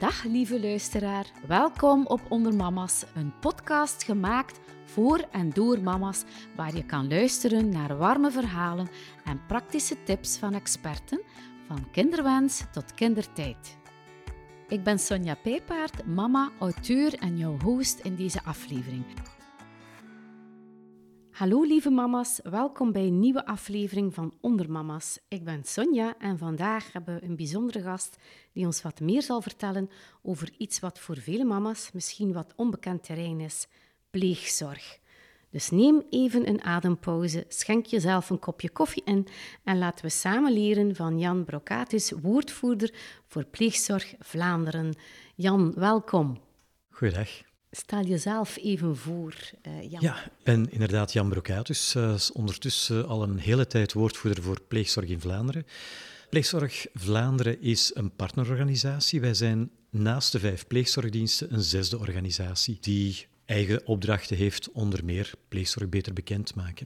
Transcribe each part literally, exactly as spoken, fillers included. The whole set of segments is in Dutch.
Dag lieve luisteraar, welkom op Onder Mama's, een podcast gemaakt voor en door mama's, waar je kan luisteren naar warme verhalen en praktische tips van experten, van kinderwens tot kindertijd. Ik ben Sonja Pijpaard, mama, auteur en jouw host in deze aflevering. Hallo lieve mama's, welkom bij een nieuwe aflevering van Onder Mama's. Ik ben Sonja en vandaag hebben we een bijzondere gast die ons wat meer zal vertellen over iets wat voor vele mama's misschien wat onbekend terrein is, pleegzorg. Dus neem even een adempauze, schenk jezelf een kopje koffie in en laten we samen leren van Jan Brocatus, woordvoerder voor Pleegzorg Vlaanderen. Jan, welkom. Goeiedag. Stel jezelf even voor, uh, Jan. Ja, ik ben inderdaad Jan Brocatus, uh, ondertussen al een hele tijd woordvoerder voor Pleegzorg in Vlaanderen. Pleegzorg Vlaanderen is een partnerorganisatie. Wij zijn naast de vijf pleegzorgdiensten een zesde organisatie die eigen opdrachten heeft, onder meer pleegzorg beter bekendmaken.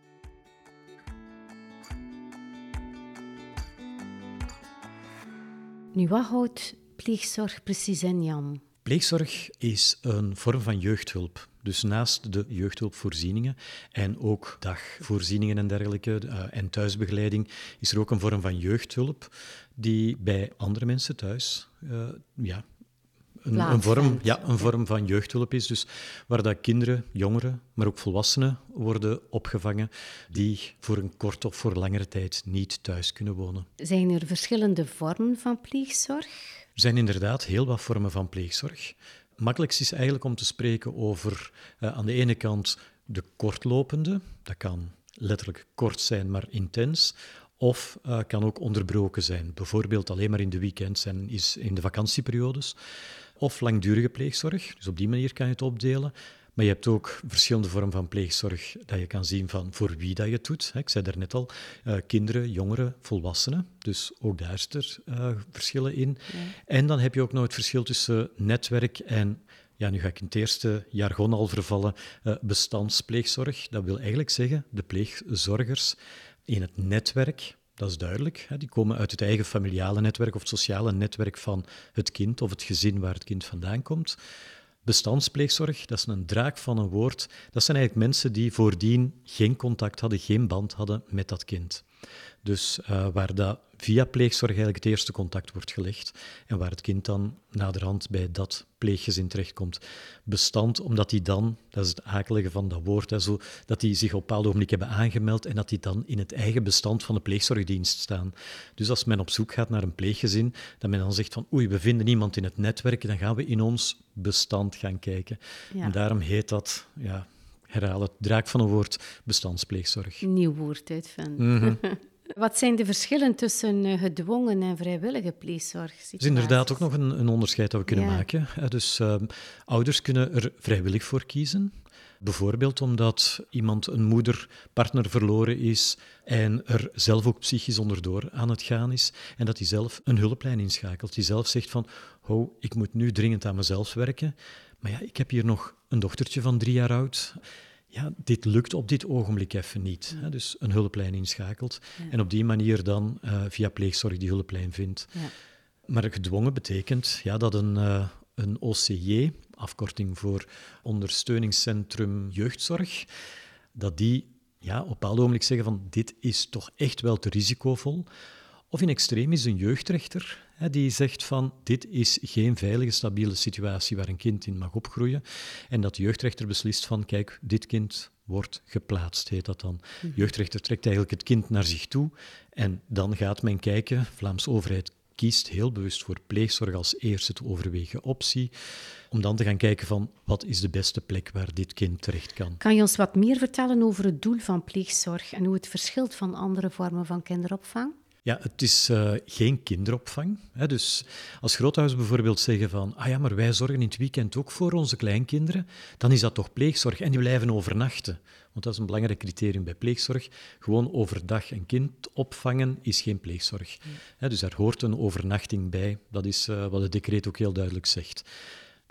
Nu, wat houdt pleegzorg precies in, Jan? Pleegzorg is een vorm van jeugdhulp. Dus naast de jeugdhulpvoorzieningen en ook dagvoorzieningen en dergelijke uh, en thuisbegeleiding is er ook een vorm van jeugdhulp die bij andere mensen thuis uh, ja, een, een, vorm, ja, een vorm van jeugdhulp is. Dus waar dat kinderen, jongeren, maar ook volwassenen worden opgevangen die voor een korte of voor langere tijd niet thuis kunnen wonen. Zijn er verschillende vormen van pleegzorg? Er zijn inderdaad heel wat vormen van pleegzorg. Makkelijkst is eigenlijk om te spreken over uh, aan de ene kant de kortlopende, dat kan letterlijk kort zijn, maar intens, of uh, kan ook onderbroken zijn, bijvoorbeeld alleen maar in de weekends en is in de vakantieperiodes, of langdurige pleegzorg, dus op die manier kan je het opdelen. Maar je hebt ook verschillende vormen van pleegzorg dat je kan zien van voor wie dat je het doet. Ik zei daarnet al, uh, kinderen, jongeren, volwassenen. Dus ook daar is er uh, verschillen in. Ja. En dan heb je ook nog het verschil tussen netwerk en, ja, nu ga ik in het eerste jargon al vervallen, uh, bestandspleegzorg. Dat wil eigenlijk zeggen, de pleegzorgers in het netwerk, dat is duidelijk. Hè, die komen uit het eigen familiale netwerk of het sociale netwerk van het kind of het gezin waar het kind vandaan komt. Bestandspleegzorg, dat is een draak van een woord. Dat zijn eigenlijk mensen die voordien geen contact hadden, geen band hadden met dat kind. Dus uh, waar dat via pleegzorg eigenlijk het eerste contact wordt gelegd en waar het kind dan naderhand bij dat pleeggezin terechtkomt. Bestand, omdat die dan, dat is het akelige van dat woord, hè, zo, dat die zich op een bepaald ogenblik hebben aangemeld en dat die dan in het eigen bestand van de pleegzorgdienst staan. Dus als men op zoek gaat naar een pleeggezin, dat men dan zegt van oei, we vinden iemand in het netwerk, dan gaan we in ons bestand gaan kijken. Ja. En daarom heet dat, ja, herhaal het, draak van een woord, bestandspleegzorg. Nieuw woord uitvinden. Mm-hmm. Wat zijn de verschillen tussen gedwongen en vrijwillige pleegzorg? Er is inderdaad ook nog een, een onderscheid dat we kunnen ja. maken. Dus uh, ouders kunnen er vrijwillig voor kiezen. Bijvoorbeeld omdat iemand, een moeder, partner verloren is en er zelf ook psychisch onderdoor aan het gaan is en dat hij zelf een hulplijn inschakelt. Die zelf zegt van, oh, ik moet nu dringend aan mezelf werken, maar ja, ik heb hier nog een dochtertje van drie jaar oud. Ja, dit lukt op dit ogenblik even niet. Ja. Hè? Dus een hulplijn inschakelt ja. en op die manier dan uh, via pleegzorg die hulplijn vindt. Ja. Maar gedwongen betekent ja, dat een, uh, een O C J, afkorting voor Ondersteuningscentrum Jeugdzorg, dat die ja, op een bepaald ogenblik zeggen van dit is toch echt wel te risicovol. Of in extreem is een jeugdrechter hè, die zegt van dit is geen veilige, stabiele situatie waar een kind in mag opgroeien. En dat de jeugdrechter beslist van kijk, dit kind wordt geplaatst, heet dat dan. De jeugdrechter trekt eigenlijk het kind naar zich toe en dan gaat men kijken, de Vlaamse overheid kiest heel bewust voor pleegzorg als eerste te overwegen optie, om dan te gaan kijken van wat is de beste plek waar dit kind terecht kan. Kan je ons wat meer vertellen over het doel van pleegzorg en hoe het verschilt van andere vormen van kinderopvang? Ja, het is uh, geen kinderopvang. Hè. Dus als grootouders bijvoorbeeld zeggen van ah ja, maar wij zorgen in het weekend ook voor onze kleinkinderen, dan is dat toch pleegzorg en die blijven overnachten. Want dat is een belangrijk criterium bij pleegzorg. Gewoon overdag een kind opvangen is geen pleegzorg. Mm. Hè, dus daar hoort een overnachting bij. Dat is uh, wat het decreet ook heel duidelijk zegt.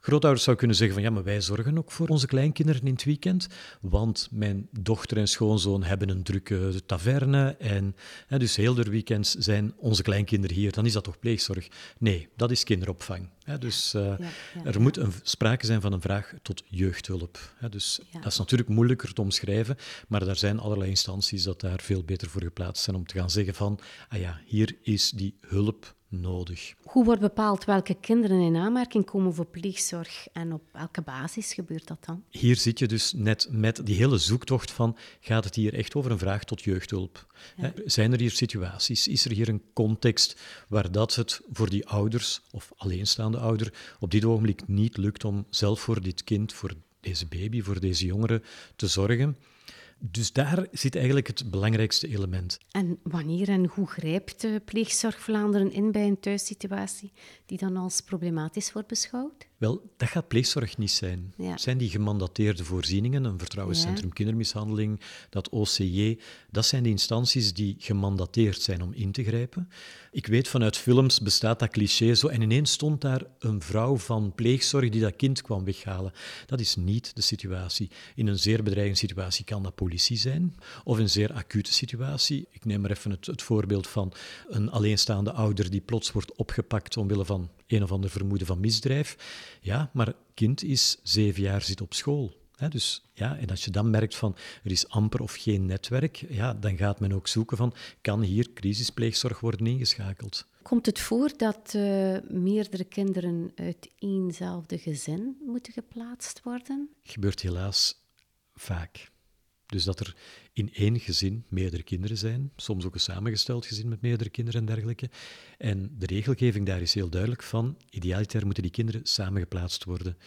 Grootouders zouden kunnen zeggen van ja, maar wij zorgen ook voor onze kleinkinderen in het weekend, want mijn dochter en schoonzoon hebben een drukke taverne en hè, dus heel de weekends zijn onze kleinkinderen hier. Dan is dat toch pleegzorg? Nee, dat is kinderopvang. Hè, dus uh, ja, ja, er ja. moet een, sprake zijn van een vraag tot jeugdhulp. Hè, dus ja. dat is natuurlijk moeilijker te omschrijven, maar er zijn allerlei instanties dat daar veel beter voor geplaatst zijn om te gaan zeggen van ah ja, hier is die hulp nodig. Hoe wordt bepaald welke kinderen in aanmerking komen voor pleegzorg en op welke basis gebeurt dat dan? Hier zit je dus net met die hele zoektocht van, gaat het hier echt over een vraag tot jeugdhulp? Ja. Zijn er hier situaties? Is er hier een context waar dat het voor die ouders of alleenstaande ouder op dit ogenblik niet lukt om zelf voor dit kind, voor deze baby, voor deze jongere te zorgen? Dus daar zit eigenlijk het belangrijkste element. En wanneer en hoe grijpt Pleegzorg Vlaanderen in bij een thuissituatie die dan als problematisch wordt beschouwd? Wel, dat gaat pleegzorg niet zijn. Ja. Het zijn die gemandateerde voorzieningen, een vertrouwenscentrum ja. kindermishandeling, dat O C J, dat zijn de instanties die gemandateerd zijn om in te grijpen. Ik weet vanuit films bestaat dat cliché zo en ineens stond daar een vrouw van pleegzorg die dat kind kwam weghalen. Dat is niet de situatie. In een zeer bedreigende situatie kan dat politie zijn, of een zeer acute situatie. Ik neem maar even het, het voorbeeld van een alleenstaande ouder die plots wordt opgepakt omwille van een of ander vermoeden van misdrijf. Ja, maar kind is zeven jaar, zit op school. He, dus, ja, en als je dan merkt van er is amper of geen netwerk, ja, dan gaat men ook zoeken van kan hier crisispleegzorg worden ingeschakeld. Komt het voor dat uh, meerdere kinderen uit éénzelfde gezin moeten geplaatst worden? Gebeurt helaas vaak. Dus dat er in één gezin meerdere kinderen zijn, soms ook een samengesteld gezin met meerdere kinderen en dergelijke. En de regelgeving daar is heel duidelijk van, idealiter moeten die kinderen samengeplaatst worden.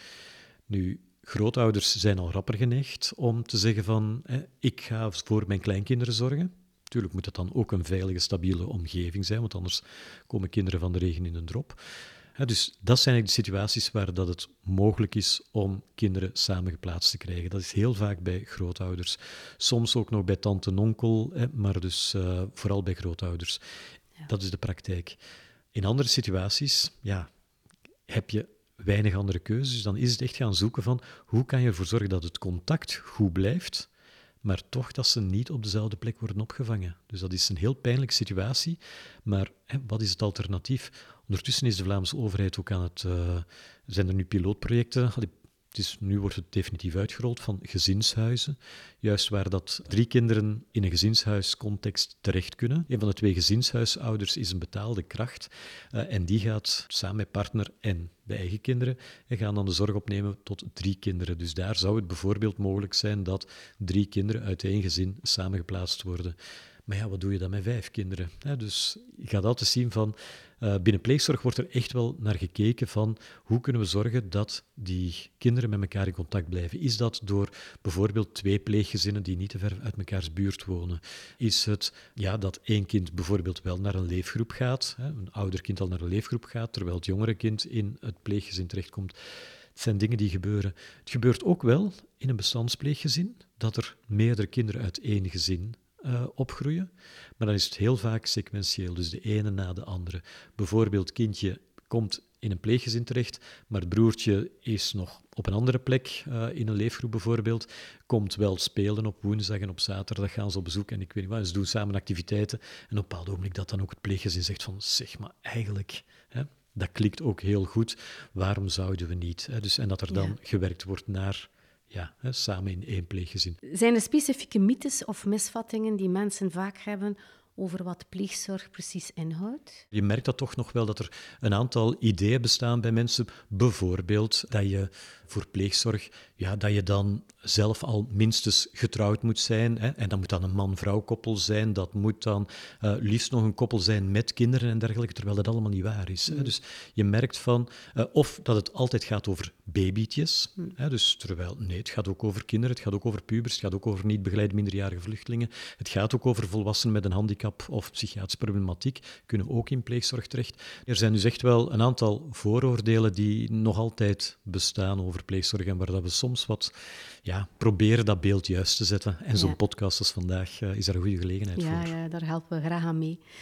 Nu, grootouders zijn al rapper geneigd om te zeggen van, eh, ik ga voor mijn kleinkinderen zorgen. Natuurlijk moet dat dan ook een veilige, stabiele omgeving zijn, want anders komen kinderen van de regen in een drop. Ja, dus dat zijn eigenlijk de situaties waar dat het mogelijk is om kinderen samengeplaatst te krijgen. Dat is heel vaak bij grootouders. Soms ook nog bij tante en onkel, hè, maar dus uh, vooral bij grootouders. Ja. Dat is de praktijk. In andere situaties ja, heb je weinig andere keuzes. Dus dan is het echt gaan zoeken van hoe kan je ervoor zorgen dat het contact goed blijft, maar toch dat ze niet op dezelfde plek worden opgevangen. Dus dat is een heel pijnlijke situatie. Maar hè, wat is het alternatief? Ondertussen is de Vlaamse overheid ook aan het... Uh, zijn er nu pilootprojecten... Het is, nu wordt het definitief uitgerold van gezinshuizen. Juist waar dat drie kinderen in een gezinshuiscontext terecht kunnen. Een van de twee gezinshuisouders is een betaalde kracht. Uh, en die gaat samen met partner en de eigen kinderen en gaan dan de zorg opnemen tot drie kinderen. Dus daar zou het bijvoorbeeld mogelijk zijn dat drie kinderen uit één gezin samengeplaatst worden. Maar ja, wat doe je dan met vijf kinderen? Ja, dus je gaat altijd zien van... Uh, binnen pleegzorg wordt er echt wel naar gekeken van hoe kunnen we zorgen dat die kinderen met elkaar in contact blijven. Is dat door bijvoorbeeld twee pleeggezinnen die niet te ver uit mekaars buurt wonen? Is het ja, dat één kind bijvoorbeeld wel naar een leefgroep gaat, hè, een ouder kind al naar een leefgroep gaat, terwijl het jongere kind in het pleeggezin terechtkomt? Het zijn dingen die gebeuren. Het gebeurt ook wel in een bestandspleeggezin dat er meerdere kinderen uit één gezin Uh, opgroeien, maar dan is het heel vaak sequentieel, dus de ene na de andere. Bijvoorbeeld, kindje komt in een pleeggezin terecht, maar het broertje is nog op een andere plek, uh, in een leefgroep bijvoorbeeld, komt wel spelen op woensdag en op zaterdag gaan ze op bezoek en ik weet niet wat, ze doen samen activiteiten en op een bepaald ogenblik dat dan ook het pleeggezin zegt van, zeg maar, eigenlijk... Hè, dat klikt ook heel goed, waarom zouden we niet? Hè? Dus, en dat er dan ja. gewerkt wordt naar... Ja, hè, samen in één pleeggezin. Zijn er specifieke mythes of misvattingen die mensen vaak hebben over wat pleegzorg precies inhoudt? Je merkt dat toch nog wel dat er een aantal ideeën bestaan bij mensen. Bijvoorbeeld dat je voor pleegzorg, ja, dat je dan zelf al minstens getrouwd moet zijn. Hè, en dat moet dan een man-vrouw koppel zijn. Dat moet dan uh, liefst nog een koppel zijn met kinderen en dergelijke, terwijl dat allemaal niet waar is. Mm. Hè. Dus je merkt van, uh, of dat het altijd gaat over babytjes. Mm. Hè, dus terwijl, nee, het gaat ook over kinderen, het gaat ook over pubers, het gaat ook over niet begeleide minderjarige vluchtelingen. Het gaat ook over volwassenen met een handicap of psychiatrische problematiek, kunnen ook in pleegzorg terecht. Er zijn dus echt wel een aantal vooroordelen die nog altijd bestaan over pleegzorg en waar dat we soms wat ja, proberen dat beeld juist te zetten. En zo'n ja. podcast als vandaag uh, is daar een goede gelegenheid ja, voor. Ja, daar helpen we graag aan mee.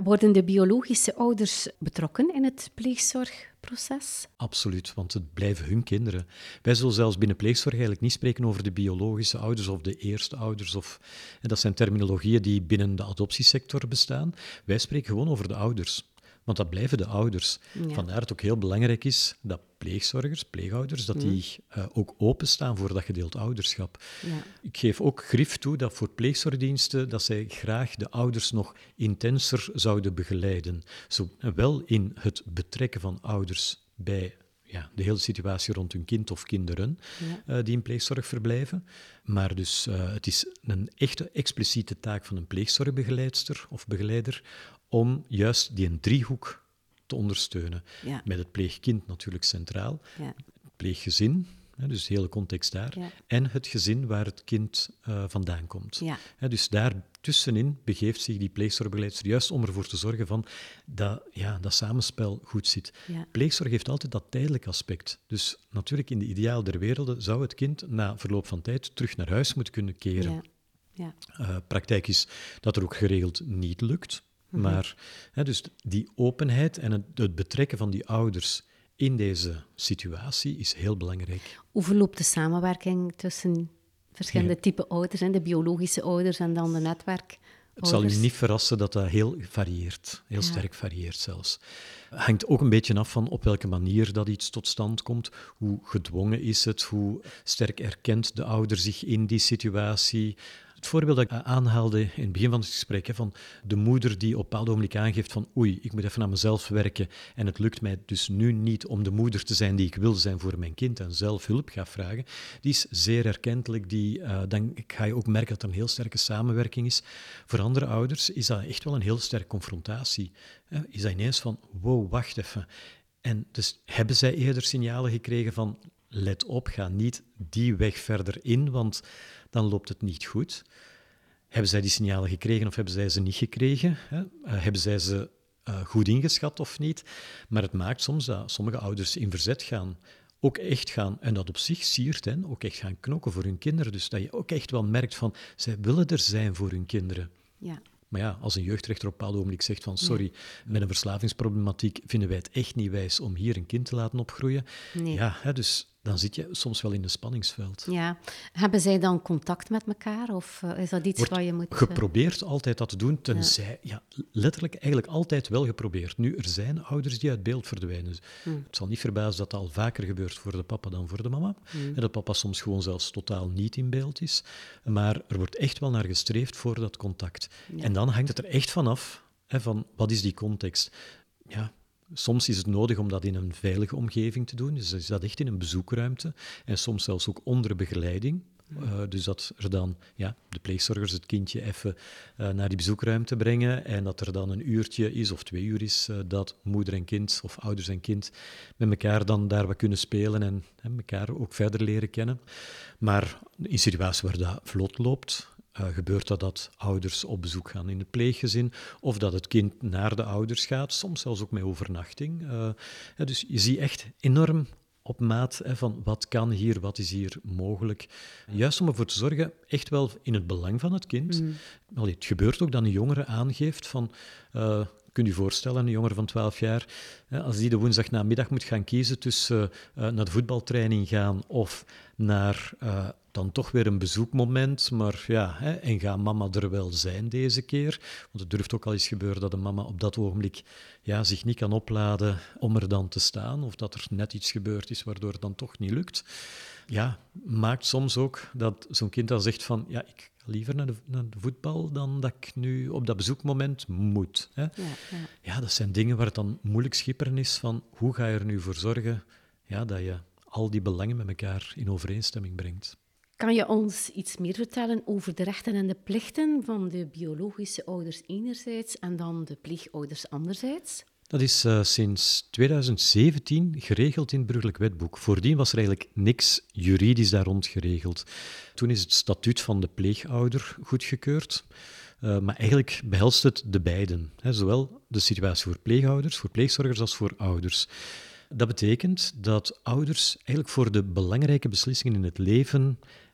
Worden de biologische ouders betrokken in het pleegzorgproces? Absoluut, want het blijven hun kinderen. Wij zullen zelfs binnen pleegzorg eigenlijk niet spreken over de biologische ouders of de eerste ouders. Of, en dat zijn terminologieën die binnen de adoptiesector bestaan. Wij spreken gewoon over de ouders. Want dat blijven de ouders. Ja. Vandaar dat het ook heel belangrijk is dat pleegzorgers, pleegouders, dat die uh, ook openstaan voor dat gedeeld ouderschap. Ja. Ik geef ook grif toe dat voor pleegzorgdiensten dat zij graag de ouders nog intenser zouden begeleiden. Zowel in het betrekken van ouders bij ja, de hele situatie rond hun kind of kinderen ja. uh, die in pleegzorg verblijven. Maar dus uh, het is een echte expliciete taak van een pleegzorgbegeleidster of begeleider om juist die een driehoek te ondersteunen. Ja. Met het pleegkind natuurlijk centraal, Ja. het pleeggezin, hè, dus de hele context daar, Ja. en het gezin waar het kind uh, vandaan komt. Ja. Hè, dus daartussenin begeeft zich die pleegzorgbegeleidster juist om ervoor te zorgen van dat ja, dat samenspel goed zit. Ja. Pleegzorg heeft altijd dat tijdelijk aspect. Dus natuurlijk in de ideaal der werelden zou het kind na verloop van tijd terug naar huis moeten kunnen keren. Ja. Ja. Uh, praktijk is dat er ook geregeld niet lukt. Mm-hmm. Maar hè, dus die openheid en het, het betrekken van die ouders in deze situatie is heel belangrijk. Hoe verloopt de samenwerking tussen verschillende Ja. typen ouders, hè? De biologische ouders en dan de netwerk? Het zal u niet verrassen dat dat heel varieert, heel Ja. sterk varieert zelfs. Het hangt ook een beetje af van op welke manier dat iets tot stand komt, hoe gedwongen is het, hoe sterk erkent de ouder zich in die situatie. Het voorbeeld dat ik aanhaalde in het begin van het gesprek, hè, van de moeder die op een bepaald ogenblik aangeeft van oei, ik moet even aan mezelf werken en het lukt mij dus nu niet om de moeder te zijn die ik wil zijn voor mijn kind en zelf hulp ga vragen, die is zeer erkentelijk. Die, uh, dan ga je ook merken dat er een heel sterke samenwerking is. Voor andere ouders is dat echt wel een heel sterke confrontatie. Hè. Is dat ineens van wow, wacht even. En dus hebben zij eerder signalen gekregen van let op, ga niet die weg verder in, want dan loopt het niet goed. Hebben zij die signalen gekregen of hebben zij ze niet gekregen? Hè? Uh, hebben zij ze uh, goed ingeschat of niet? Maar het maakt soms dat sommige ouders in verzet gaan, ook echt gaan, en dat op zich siert, hè, ook echt gaan knokken voor hun kinderen. Dus dat je ook echt wel merkt van, zij willen er zijn voor hun kinderen. Ja. Maar ja, als een jeugdrechter op een bepaald ogenblik zegt van sorry, ja. met een verslavingsproblematiek vinden wij het echt niet wijs om hier een kind te laten opgroeien. Nee. Ja, hè, dus dan zit je soms wel in een spanningsveld. Ja. Hebben zij dan contact met elkaar of uh, is dat iets Wordt wat je moet... geprobeerd altijd dat te doen, tenzij, ja. ja, letterlijk eigenlijk altijd wel geprobeerd. Nu, er zijn ouders die uit beeld verdwijnen. Dus Hmm. het zal niet verbazen dat dat al vaker gebeurt voor de papa dan voor de mama. Hmm. En dat papa soms gewoon zelfs totaal niet in beeld is. Maar er wordt echt wel naar gestreefd voor dat contact. Ja. En dan hangt het er echt van af, hè, van wat is die context? Ja, soms is het nodig om dat in een veilige omgeving te doen, dus is dat echt in een bezoekruimte en soms zelfs ook onder begeleiding. Uh, dus dat er dan ja, de pleegzorgers het kindje even uh, naar die bezoekruimte brengen en dat er dan een uurtje is of twee uur is uh, dat moeder en kind of ouders en kind met elkaar dan daar wat kunnen spelen en hè, elkaar ook verder leren kennen. Maar in situaties waar dat vlot loopt, Uh, gebeurt dat dat ouders op bezoek gaan in het pleeggezin of dat het kind naar de ouders gaat, soms zelfs ook met overnachting. Uh, ja, dus je ziet echt enorm op maat hè, van wat kan hier, wat is hier mogelijk. Juist om ervoor te zorgen, echt wel in het belang van het kind. Mm. Allee, het gebeurt ook dat een jongere aangeeft van... Uh, Kun je je voorstellen, een jongere van twaalf jaar, als die de woensdagnamiddag moet gaan kiezen tussen uh, naar de voetbaltraining gaan of naar uh, dan toch weer een bezoekmoment, maar ja, hè, en gaat mama er wel zijn deze keer? Want het durft ook al eens gebeuren dat de mama op dat ogenblik ja, zich niet kan opladen om er dan te staan, of dat er net iets gebeurd is waardoor het dan toch niet lukt. Ja, maakt soms ook dat zo'n kind dan zegt van, ja, ik liever naar de, naar de voetbal dan dat ik nu op dat bezoekmoment moet. Hè? Ja, ja. ja, dat zijn dingen waar het dan moeilijk schipperen is van hoe ga je er nu voor zorgen ja, dat je al die belangen met elkaar in overeenstemming brengt. Kan je ons iets meer vertellen over de rechten en de plichten van de biologische ouders enerzijds en dan de pleegouders anderzijds? Dat is uh, sinds tweeduizend zeventien geregeld in het burgerlijk wetboek. Voordien was er eigenlijk niks juridisch daar rond geregeld. Toen is het statuut van de pleegouder goedgekeurd. Uh, maar eigenlijk behelst het de beiden. Hè, zowel de situatie voor pleegouders, voor pleegzorgers als voor ouders. Dat betekent dat ouders eigenlijk voor de belangrijke beslissingen in het leven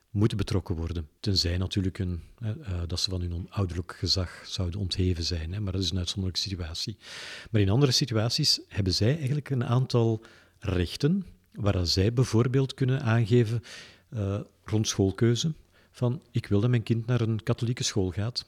moeten betrokken worden. Tenzij natuurlijk een, uh, uh, dat ze van hun ouderlijk gezag zouden ontheven zijn, hè, maar dat is een uitzonderlijke situatie. Maar in andere situaties hebben zij eigenlijk een aantal rechten, waar zij bijvoorbeeld kunnen aangeven uh, rond schoolkeuze, van ik wil dat mijn kind naar een katholieke school gaat,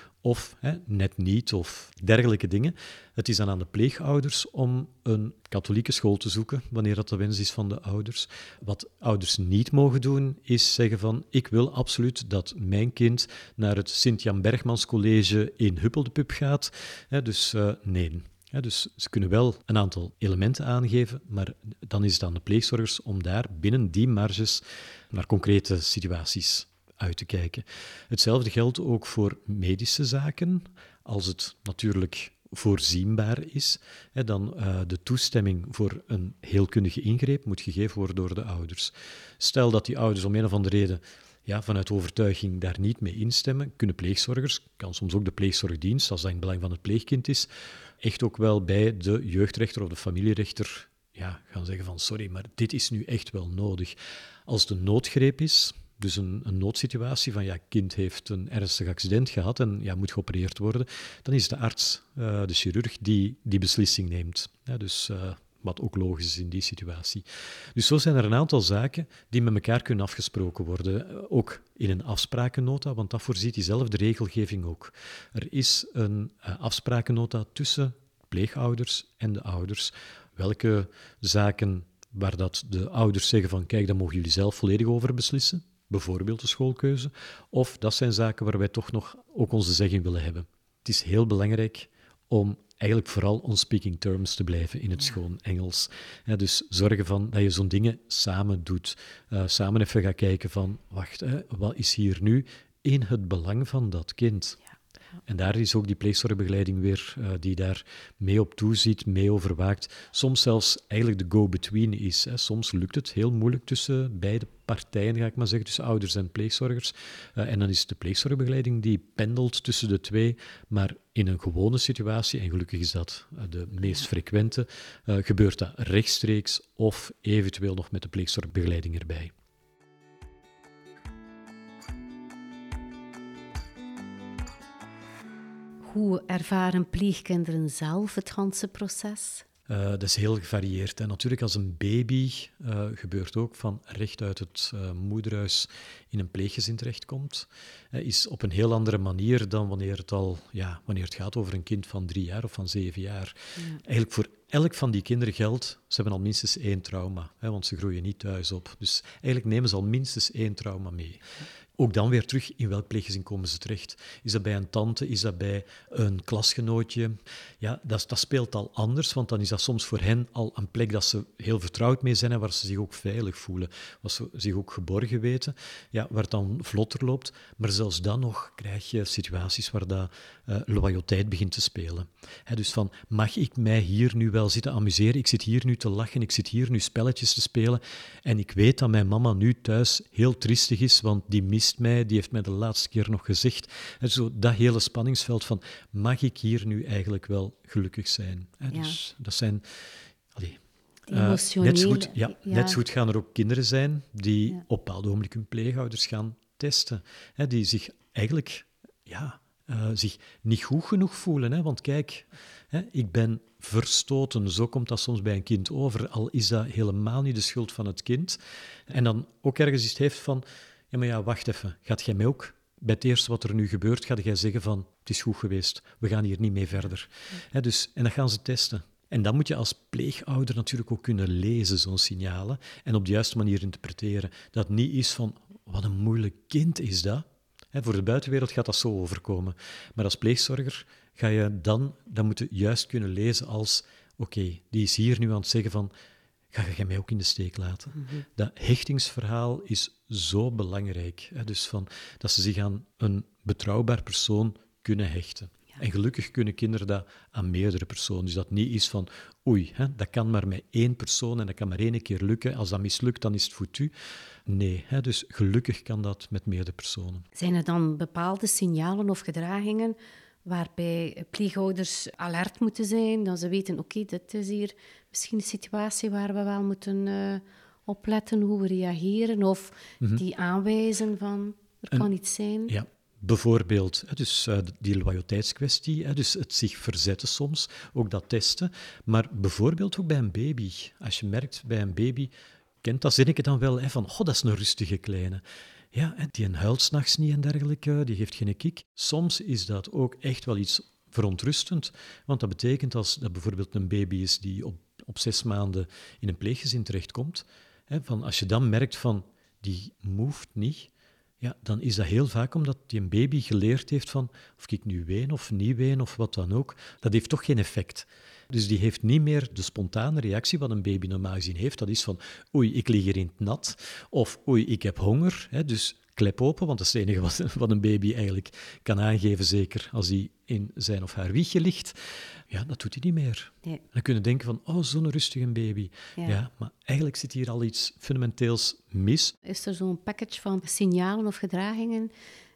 of hè, net niet, of dergelijke dingen. Het is dan aan de pleegouders om een katholieke school te zoeken, wanneer dat de wens is van de ouders. Wat ouders niet mogen doen, is zeggen van ik wil absoluut dat mijn kind naar het Sint-Jan Bergmans College in Huppeldepup gaat. Hè, dus uh, nee. Ja, dus ze kunnen wel een aantal elementen aangeven, maar dan is het aan de pleegzorgers om daar binnen die marges naar concrete situaties uit te kijken. Hetzelfde geldt ook voor medische zaken. Als het natuurlijk voorzienbaar is, hè, dan uh, de toestemming voor een heelkundige ingreep moet gegeven worden door de ouders. Stel dat die ouders om een of andere reden ja, vanuit overtuiging daar niet mee instemmen, kunnen pleegzorgers, kan soms ook de pleegzorgdienst, als dat in het belang van het pleegkind is, echt ook wel bij de jeugdrechter of de familierechter ja, gaan zeggen van sorry, maar dit is nu echt wel nodig. Als het een noodgreep is, dus een, een noodsituatie van ja, kind heeft een ernstig accident gehad en ja, moet geopereerd worden, dan is de arts, uh, de chirurg, die die beslissing neemt. Ja, dus uh, wat ook logisch is in die situatie. Dus zo zijn er een aantal zaken die met elkaar kunnen afgesproken worden. Ook in een afsprakennota, want dat voorziet diezelfde regelgeving ook. Er is een uh, afsprakennota tussen pleegouders en de ouders. Welke zaken waar dat de ouders zeggen van kijk, daar mogen jullie zelf volledig over beslissen. Bijvoorbeeld de schoolkeuze. Of dat zijn zaken waar wij toch nog ook onze zegging willen hebben. Het is heel belangrijk om eigenlijk vooral on speaking terms te blijven in het ja. schoon Engels. Ja, dus zorgen van dat je zo'n dingen samen doet. Uh, samen even gaan kijken van, wacht, hè, wat is hier nu in het belang van dat kind? Ja. Ja. En daar is ook die pleegzorgbegeleiding weer, uh, die daar mee op toeziet, mee overwaakt. Soms zelfs eigenlijk de go-between is. Hè. Soms lukt het heel moeilijk tussen beide partijen, ga ik maar zeggen, tussen ouders en pleegzorgers. Uh, en dan is het de pleegzorgbegeleiding die pendelt tussen de twee, maar in een gewone situatie, en gelukkig is dat uh, de meest frequente, uh, gebeurt dat rechtstreeks of eventueel nog met de pleegzorgbegeleiding erbij. Hoe ervaren pleegkinderen zelf het hele proces? Uh, dat is heel gevarieerd. En natuurlijk als een baby uh, gebeurt ook van recht uit het uh, moederhuis in een pleeggezin terechtkomt, uh, is op een heel andere manier dan wanneer het, al, ja, wanneer het gaat over een kind van drie jaar of van zeven jaar. Ja. Eigenlijk voor elk van die kinderen geldt, ze hebben al minstens één trauma, hè, want ze groeien niet thuis op. Dus eigenlijk nemen ze al minstens één trauma mee. Ja. Ook dan weer terug, in welk pleeggezin komen ze terecht? Is dat bij een tante? Is dat bij een klasgenootje? Ja, dat, dat speelt al anders, want dan is dat soms voor hen al een plek dat ze heel vertrouwd mee zijn en waar ze zich ook veilig voelen, waar ze zich ook geborgen weten, ja, waar het dan vlotter loopt. Maar zelfs dan nog krijg je situaties waar dat uh, loyaliteit begint te spelen. He, dus van, mag ik mij hier nu wel zitten amuseren? Ik zit hier nu te lachen, ik zit hier nu spelletjes te spelen en ik weet dat mijn mama nu thuis heel triestig is, want die mist mij, die heeft mij de laatste keer nog gezegd. En zo dat hele spanningsveld van, mag ik hier nu eigenlijk wel gelukkig zijn? Hè? Ja. Dus dat zijn... Allee, uh, net, zo goed, ja, ja. net zo goed gaan er ook kinderen zijn die ja. op bepaalde ogenblik hun pleegouders gaan testen. Hè? Die zich eigenlijk ja, uh, zich niet goed genoeg voelen. Hè? Want kijk, hè, ik ben verstoten. Zo komt dat soms bij een kind over. Al is dat helemaal niet de schuld van het kind. En dan ook ergens iets heeft van... Ja, maar ja, wacht even. Gaat jij mij ook, bij het eerste wat er nu gebeurt, ga jij zeggen van, het is goed geweest, we gaan hier niet mee verder. Ja. He, dus, en dat gaan ze testen. En dat moet je als pleegouder natuurlijk ook kunnen lezen, zo'n signalen, en op de juiste manier interpreteren. Dat het niet is van, wat een moeilijk kind is dat. He, voor de buitenwereld gaat dat zo overkomen. Maar als pleegzorger ga je dan, dan moeten juist kunnen lezen als, oké, okay, die is hier nu aan het zeggen van, ga jij mij ook in de steek laten? Mm-hmm. Dat hechtingsverhaal is zo belangrijk. Hè? Dus van, dat ze zich aan een betrouwbaar persoon kunnen hechten. Ja. En gelukkig kunnen kinderen dat aan meerdere personen. Dus dat niet is van, oei, hè, dat kan maar met één persoon en dat kan maar één keer lukken. Als dat mislukt, dan is het foutu. Nee, hè? Dus gelukkig kan dat met meerdere personen. Zijn er dan bepaalde signalen of gedragingen waarbij pleegouders alert moeten zijn, dat ze weten, oké, okay, dit is hier misschien een situatie waar we wel moeten uh, opletten hoe we reageren of mm-hmm. die aanwijzen van er en, kan iets zijn? Ja. Bijvoorbeeld, dus uh, die loyaliteitskwestie, dus het zich verzetten soms, ook dat testen. Maar bijvoorbeeld ook bij een baby. Als je merkt bij een baby, kent dat zinnetje dan wel, hè, van, oh, dat is een rustige kleine. Ja, die huilt 's nachts niet en dergelijke, die geeft geen kick. Soms is dat ook echt wel iets verontrustend, want dat betekent als dat bijvoorbeeld een baby is die op, op zes maanden in een pleeggezin terechtkomt, hè, van als je dan merkt van, die moved niet, ja, dan is dat heel vaak omdat die een baby geleerd heeft van of ik nu ween of niet ween of wat dan ook. Dat heeft toch geen effect. Dus die heeft niet meer de spontane reactie wat een baby normaal gezien heeft. Dat is van oei, ik lig hier in het nat of oei, ik heb honger. Hè, dus klep open, want dat is het enige wat, wat een baby eigenlijk kan aangeven, zeker als hij in zijn of haar wiegje ligt. Ja, dat doet hij niet meer. Nee. Dan kunnen denken van, oh, zo'n rustige baby. Ja. ja, maar eigenlijk zit hier al iets fundamenteels mis. Is er zo'n package van signalen of gedragingen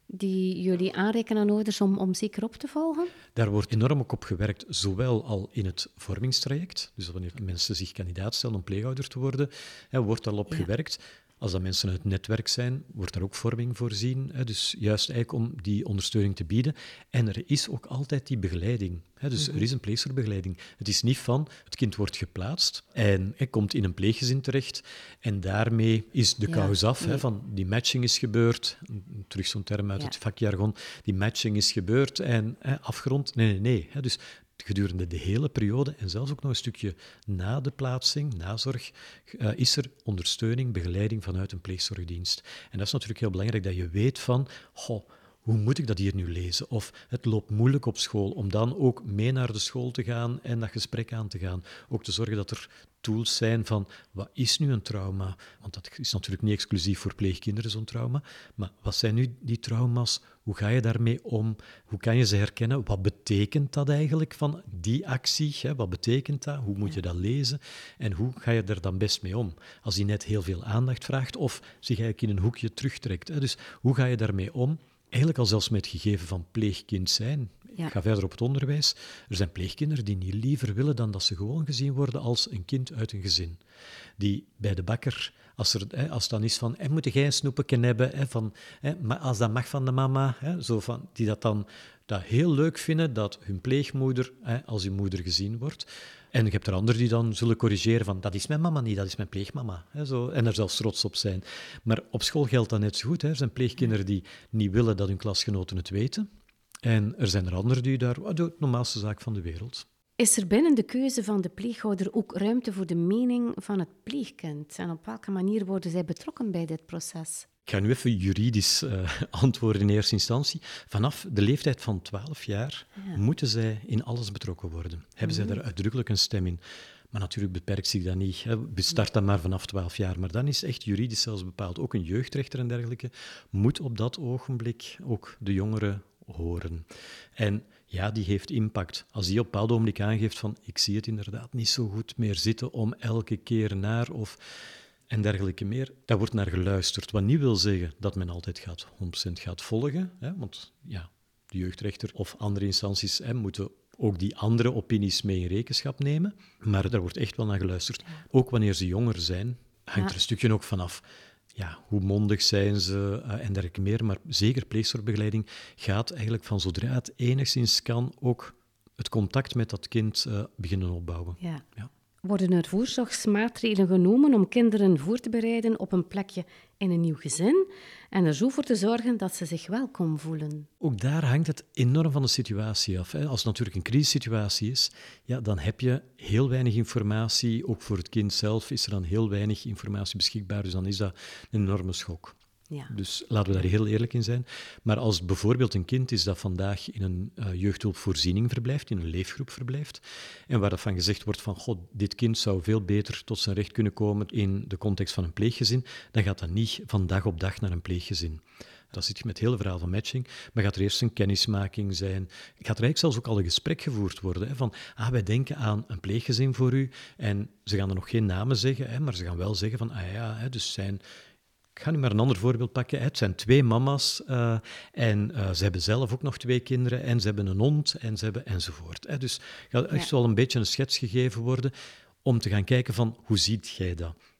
die jullie aanrekenen aan ouders om, om zeker op te volgen? Daar wordt enorm ook op gewerkt, zowel al in het vormingstraject, dus wanneer mensen zich kandidaat stellen om pleegouder te worden, hè, wordt al op ja. gewerkt. Als dat mensen uit het netwerk zijn, wordt daar ook vorming voorzien. Hè, dus juist eigenlijk om die ondersteuning te bieden. En er is ook altijd die begeleiding. Hè, dus mm-hmm. er is een pleegzorgbegeleiding. Het is niet van, het kind wordt geplaatst en hij komt in een pleeggezin terecht en daarmee is de kous ja, af. Nee. Hè, van die matching is gebeurd, terug zo'n term uit ja. het vakjargon, die matching is gebeurd en hè, afgerond. Nee, nee, nee. Hè, dus gedurende de hele periode en zelfs ook nog een stukje na de plaatsing, nazorg, uh, is er ondersteuning, begeleiding vanuit een pleegzorgdienst. En dat is natuurlijk heel belangrijk, dat je weet van, goh, hoe moet ik dat hier nu lezen? Of het loopt moeilijk op school, om dan ook mee naar de school te gaan en dat gesprek aan te gaan. Ook te zorgen dat er tools zijn van, wat is nu een trauma? Want dat is natuurlijk niet exclusief voor pleegkinderen, zo'n trauma. Maar wat zijn nu die trauma's? Hoe ga je daarmee om? Hoe kan je ze herkennen? Wat betekent dat eigenlijk van die actie? Hè? Wat betekent dat? Hoe moet je dat lezen? En hoe ga je er dan best mee om? Als die net heel veel aandacht vraagt of zich eigenlijk in een hoekje terugtrekt. Hè? Dus hoe ga je daarmee om? Eigenlijk al zelfs met het gegeven van pleegkind zijn. Ja. Ik ga verder op het onderwijs. Er zijn pleegkinderen die niet liever willen dan dat ze gewoon gezien worden als een kind uit een gezin. Die bij de bakker, als, er, hè, als het dan is van, hey, moet jij een snoepje hebben? Hè, van, hè, maar als dat mag van de mama, hè, zo van, die dat dan dat heel leuk vinden, dat hun pleegmoeder hè, als hun moeder gezien wordt. En je hebt er anderen die dan zullen corrigeren van, dat is mijn mama niet, dat is mijn pleegmama. Hè, zo, en er zelfs trots op zijn. Maar op school geldt dat net zo goed. Hè. Er zijn pleegkinderen die niet willen dat hun klasgenoten het weten. En er zijn er anderen die daar, oh, de normaalste zaak van de wereld. Is er binnen de keuze van de pleegouder ook ruimte voor de mening van het pleegkind? En op welke manier worden zij betrokken bij dit proces? Ik ga nu even juridisch uh, antwoorden in eerste instantie. Vanaf de leeftijd van twaalf jaar ja. moeten zij in alles betrokken worden. Hebben mm-hmm. zij daar uitdrukkelijk een stem in. Maar natuurlijk beperkt zich dat niet. Hè. Start dan maar vanaf twaalf jaar. Maar dan is echt juridisch zelfs bepaald. Ook een jeugdrechter en dergelijke moet op dat ogenblik ook de jongeren horen. En ja, die heeft impact. Als die op een bepaald ogenblik aangeeft van ik zie het inderdaad niet zo goed meer zitten om elke keer naar of en dergelijke meer, daar wordt naar geluisterd. Wat niet wil zeggen dat men altijd gaat, honderd procent gaat volgen. Hè, want ja, de jeugdrechter of andere instanties hè, moeten ook die andere opinies mee in rekenschap nemen. Maar daar wordt echt wel naar geluisterd. Ook wanneer ze jonger zijn, hangt ja. er een stukje ook vanaf. Ja, hoe mondig zijn ze uh, en dergelijke meer. Maar zeker pleegzorgbegeleiding gaat eigenlijk van zodra het enigszins kan ook het contact met dat kind uh, beginnen opbouwen. Ja. Ja. Worden er voorzorgsmaatregelen genomen om kinderen voor te bereiden op een plekje in een nieuw gezin en er zo voor te zorgen dat ze zich welkom voelen? Ook daar hangt het enorm van de situatie af. Hè. Als het natuurlijk een crisissituatie is, ja, dan heb je heel weinig informatie. Ook voor het kind zelf is er dan heel weinig informatie beschikbaar, dus dan is dat een enorme schok. Ja. Dus laten we daar heel eerlijk in zijn. Maar als bijvoorbeeld een kind is dat vandaag in een uh, jeugdhulpvoorziening verblijft, in een leefgroep verblijft, en waar van gezegd wordt van, god, dit kind zou veel beter tot zijn recht kunnen komen in de context van een pleeggezin, dan gaat dat niet van dag op dag naar een pleeggezin. Dan zit je met het hele verhaal van matching, maar gaat er eerst een kennismaking zijn. Gaat er eigenlijk zelfs ook al een gesprek gevoerd worden, hè, van, ah, wij denken aan een pleeggezin voor u, en ze gaan er nog geen namen zeggen, hè, maar ze gaan wel zeggen van, ah ja, hè, dus zijn... Ik ga nu maar een ander voorbeeld pakken. Het zijn twee mama's uh, en uh, ze hebben zelf ook nog twee kinderen en ze hebben een hond en ze hebben enzovoort. Dus er gaat echt ja. wel een beetje een schets gegeven worden om te gaan kijken van hoe ziet jij dat?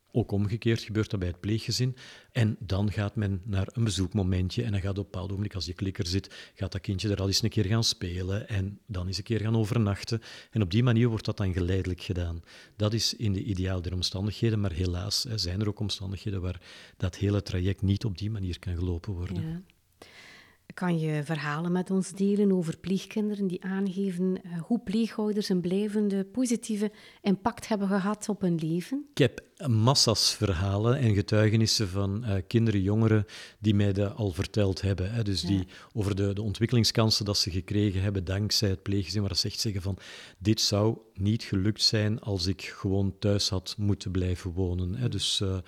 Ook omgekeerd gebeurt dat bij het pleeggezin. En dan gaat men naar een bezoekmomentje en dan gaat op een bepaald ogenblik, als je klikker zit, gaat dat kindje er al eens een keer gaan spelen en dan eens een keer gaan overnachten. En op die manier wordt dat dan geleidelijk gedaan. Dat is in de ideaal der omstandigheden, maar helaas hè, zijn er ook omstandigheden waar dat hele traject niet op die manier kan gelopen worden. Ja. Kan je verhalen met ons delen over pleegkinderen die aangeven uh, hoe pleegouders een blijvende positieve impact hebben gehad op hun leven? Ik heb massa's verhalen en getuigenissen van uh, kinderen, jongeren die mij dat al verteld hebben. Hè. Dus ja. die over de, de ontwikkelingskansen dat ze gekregen hebben dankzij het pleeggezin, waar ze echt zeggen van dit zou niet gelukt zijn als ik gewoon thuis had moeten blijven wonen. Hè. Dus, uh,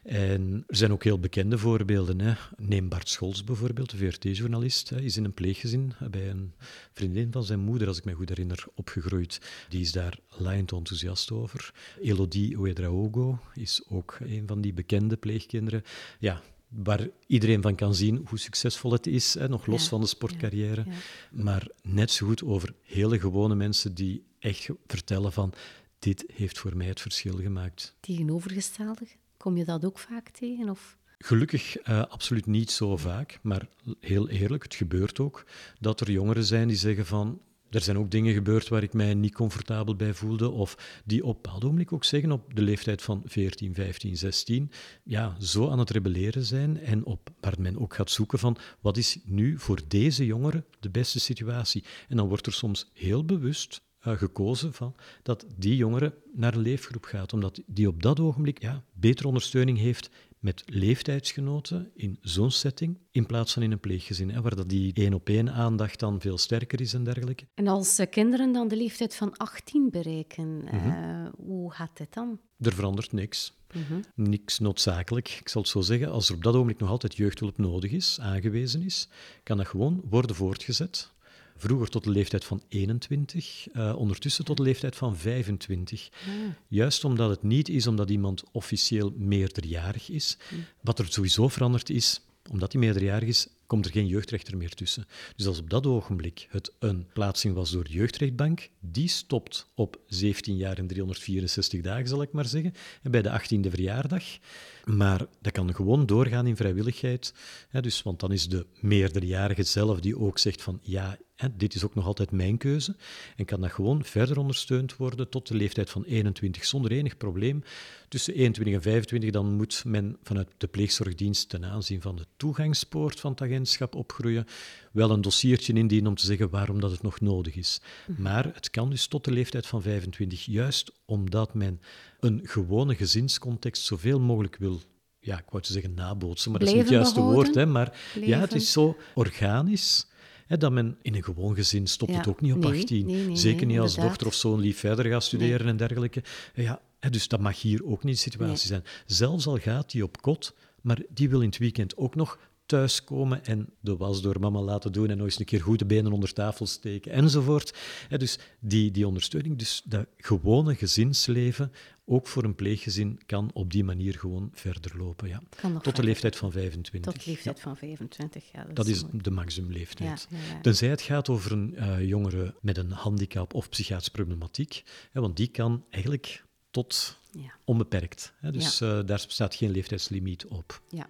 en er zijn ook heel bekende voorbeelden. Hè. Neem Bart Scholz bijvoorbeeld, de V R T-journalist, hè, is in een pleeggezin bij een vriendin van zijn moeder, als ik me goed herinner, opgegroeid. Die is daar laaiend enthousiast over. Elodie Ouedraogo is ook een van die bekende pleegkinderen. Ja, waar iedereen van kan zien hoe succesvol het is, hè, nog los ja, van de sportcarrière. Ja, ja. Maar net zo goed over hele gewone mensen die echt vertellen van dit heeft voor mij het verschil gemaakt. Tegenovergestelde, kom je dat ook vaak tegen? Of? Gelukkig uh, absoluut niet zo vaak, maar heel eerlijk, het gebeurt ook dat er jongeren zijn die zeggen van er zijn ook dingen gebeurd waar ik mij niet comfortabel bij voelde, of die op een bepaald ogenblik ook zeggen, op de leeftijd van veertien, vijftien, zestien, ja, zo aan het rebelleren zijn en op, waar men ook gaat zoeken van, wat is nu voor deze jongeren de beste situatie? En dan wordt er soms heel bewust uh, gekozen van dat die jongere naar een leefgroep gaat, omdat die op dat ogenblik ja, betere ondersteuning heeft met leeftijdsgenoten in zo'n setting, in plaats van in een pleeggezin, hè, waar dat die één-op-één aandacht dan veel sterker is en dergelijke. En als uh, kinderen dan de leeftijd van achttien bereiken, mm-hmm. uh, hoe gaat dit dan? Er verandert niks. Mm-hmm. Niks noodzakelijk. Ik zal het zo zeggen, als er op dat ogenblik nog altijd jeugdhulp nodig is, aangewezen is, kan dat gewoon worden voortgezet. Vroeger tot de leeftijd van eenentwintig, uh, ondertussen tot de leeftijd van vijfentwintig. Mm. Juist omdat het niet is omdat iemand officieel meerderjarig is. Mm. Wat er sowieso veranderd is, omdat hij meerderjarig is, komt er geen jeugdrechter meer tussen. Dus als op dat ogenblik het een plaatsing was door de jeugdrechtbank, die stopt op zeventien jaar en driehonderdvierenzestig dagen, zal ik maar zeggen, en bij de achttiende verjaardag. Maar dat kan gewoon doorgaan in vrijwilligheid. Hè, dus, want dan is de meerderjarige zelf die ook zegt van ja, hè, dit is ook nog altijd mijn keuze. En kan dat gewoon verder ondersteund worden tot de leeftijd van eenentwintig zonder enig probleem. Tussen eenentwintig en vijfentwintig dan moet men vanuit de pleegzorgdienst ten aanzien van de toegangspoort van het agentschap opgroeien wel een dossiertje indienen om te zeggen waarom dat het nog nodig is. Mm-hmm. Maar het kan dus tot de leeftijd van vijfentwintig, juist omdat men een gewone gezinscontext zoveel mogelijk wil, ja, ik wou te zeggen nabootsen, maar Blijven dat is niet het juiste woord, hè, maar Blijven. ja, het is zo organisch, hè, dat men in een gewoon gezin stopt ja. het ook niet op nee, achttien. Nee, nee, Zeker nee, niet als inderdaad. dochter of zoon lief verder gaat studeren nee. en dergelijke. Ja, hè, dus dat mag hier ook niet de situatie nee. zijn. Zelfs al gaat die op kot, maar die wil in het weekend ook nog thuiskomen en de was door mama laten doen en nog eens een keer goed de benen onder tafel steken, enzovoort. Ja, dus die, die ondersteuning, dus dat gewone gezinsleven, ook voor een pleeggezin, kan op die manier gewoon verder lopen. Ja. Tot de leeftijd van vijfentwintig. Tot de leeftijd ja. van vijfentwintig, ja. Dat, dat is, is de maximumleeftijd. Ja, ja, ja. Tenzij het gaat over een uh, jongere met een handicap of psychiatrische problematiek, hè, want die kan eigenlijk tot ja. onbeperkt. Hè, dus ja. uh, daar staat geen leeftijdslimiet op. Ja.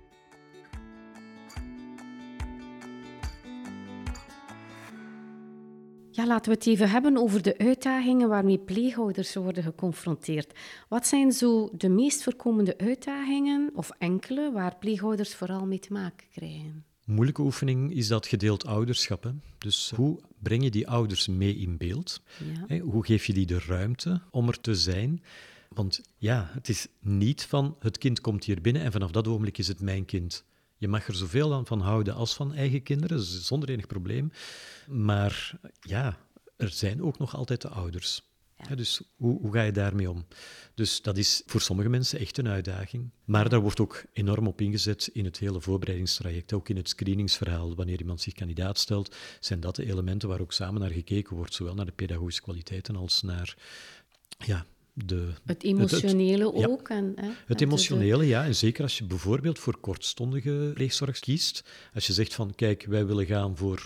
Ja, laten we het even hebben over de uitdagingen waarmee pleegouders worden geconfronteerd. Wat zijn zo de meest voorkomende uitdagingen, of enkele, waar pleegouders vooral mee te maken krijgen? Moeilijke oefening is dat gedeeld ouderschap. Hè? Dus hoe breng je die ouders mee in beeld? Ja. Hoe geef je die de ruimte om er te zijn? Want ja, het is niet van het kind komt hier binnen en vanaf dat ogenblik is het mijn kind. Je mag er zoveel van houden als van eigen kinderen, zonder enig probleem. Maar ja, er zijn ook nog altijd de ouders. Ja. Ja, dus hoe, hoe ga je daarmee om? Dus dat is voor sommige mensen echt een uitdaging. Maar daar wordt ook enorm op ingezet in het hele voorbereidingstraject. Ook in het screeningsverhaal, wanneer iemand zich kandidaat stelt, zijn dat de elementen waar ook samen naar gekeken wordt. Zowel naar de pedagogische kwaliteiten als naar... ja. De, het emotionele het, het, ook. Ja, en, hè, het emotionele, ja. En zeker als je bijvoorbeeld voor kortstondige pleegzorg kiest. Als je zegt van, kijk, wij willen gaan voor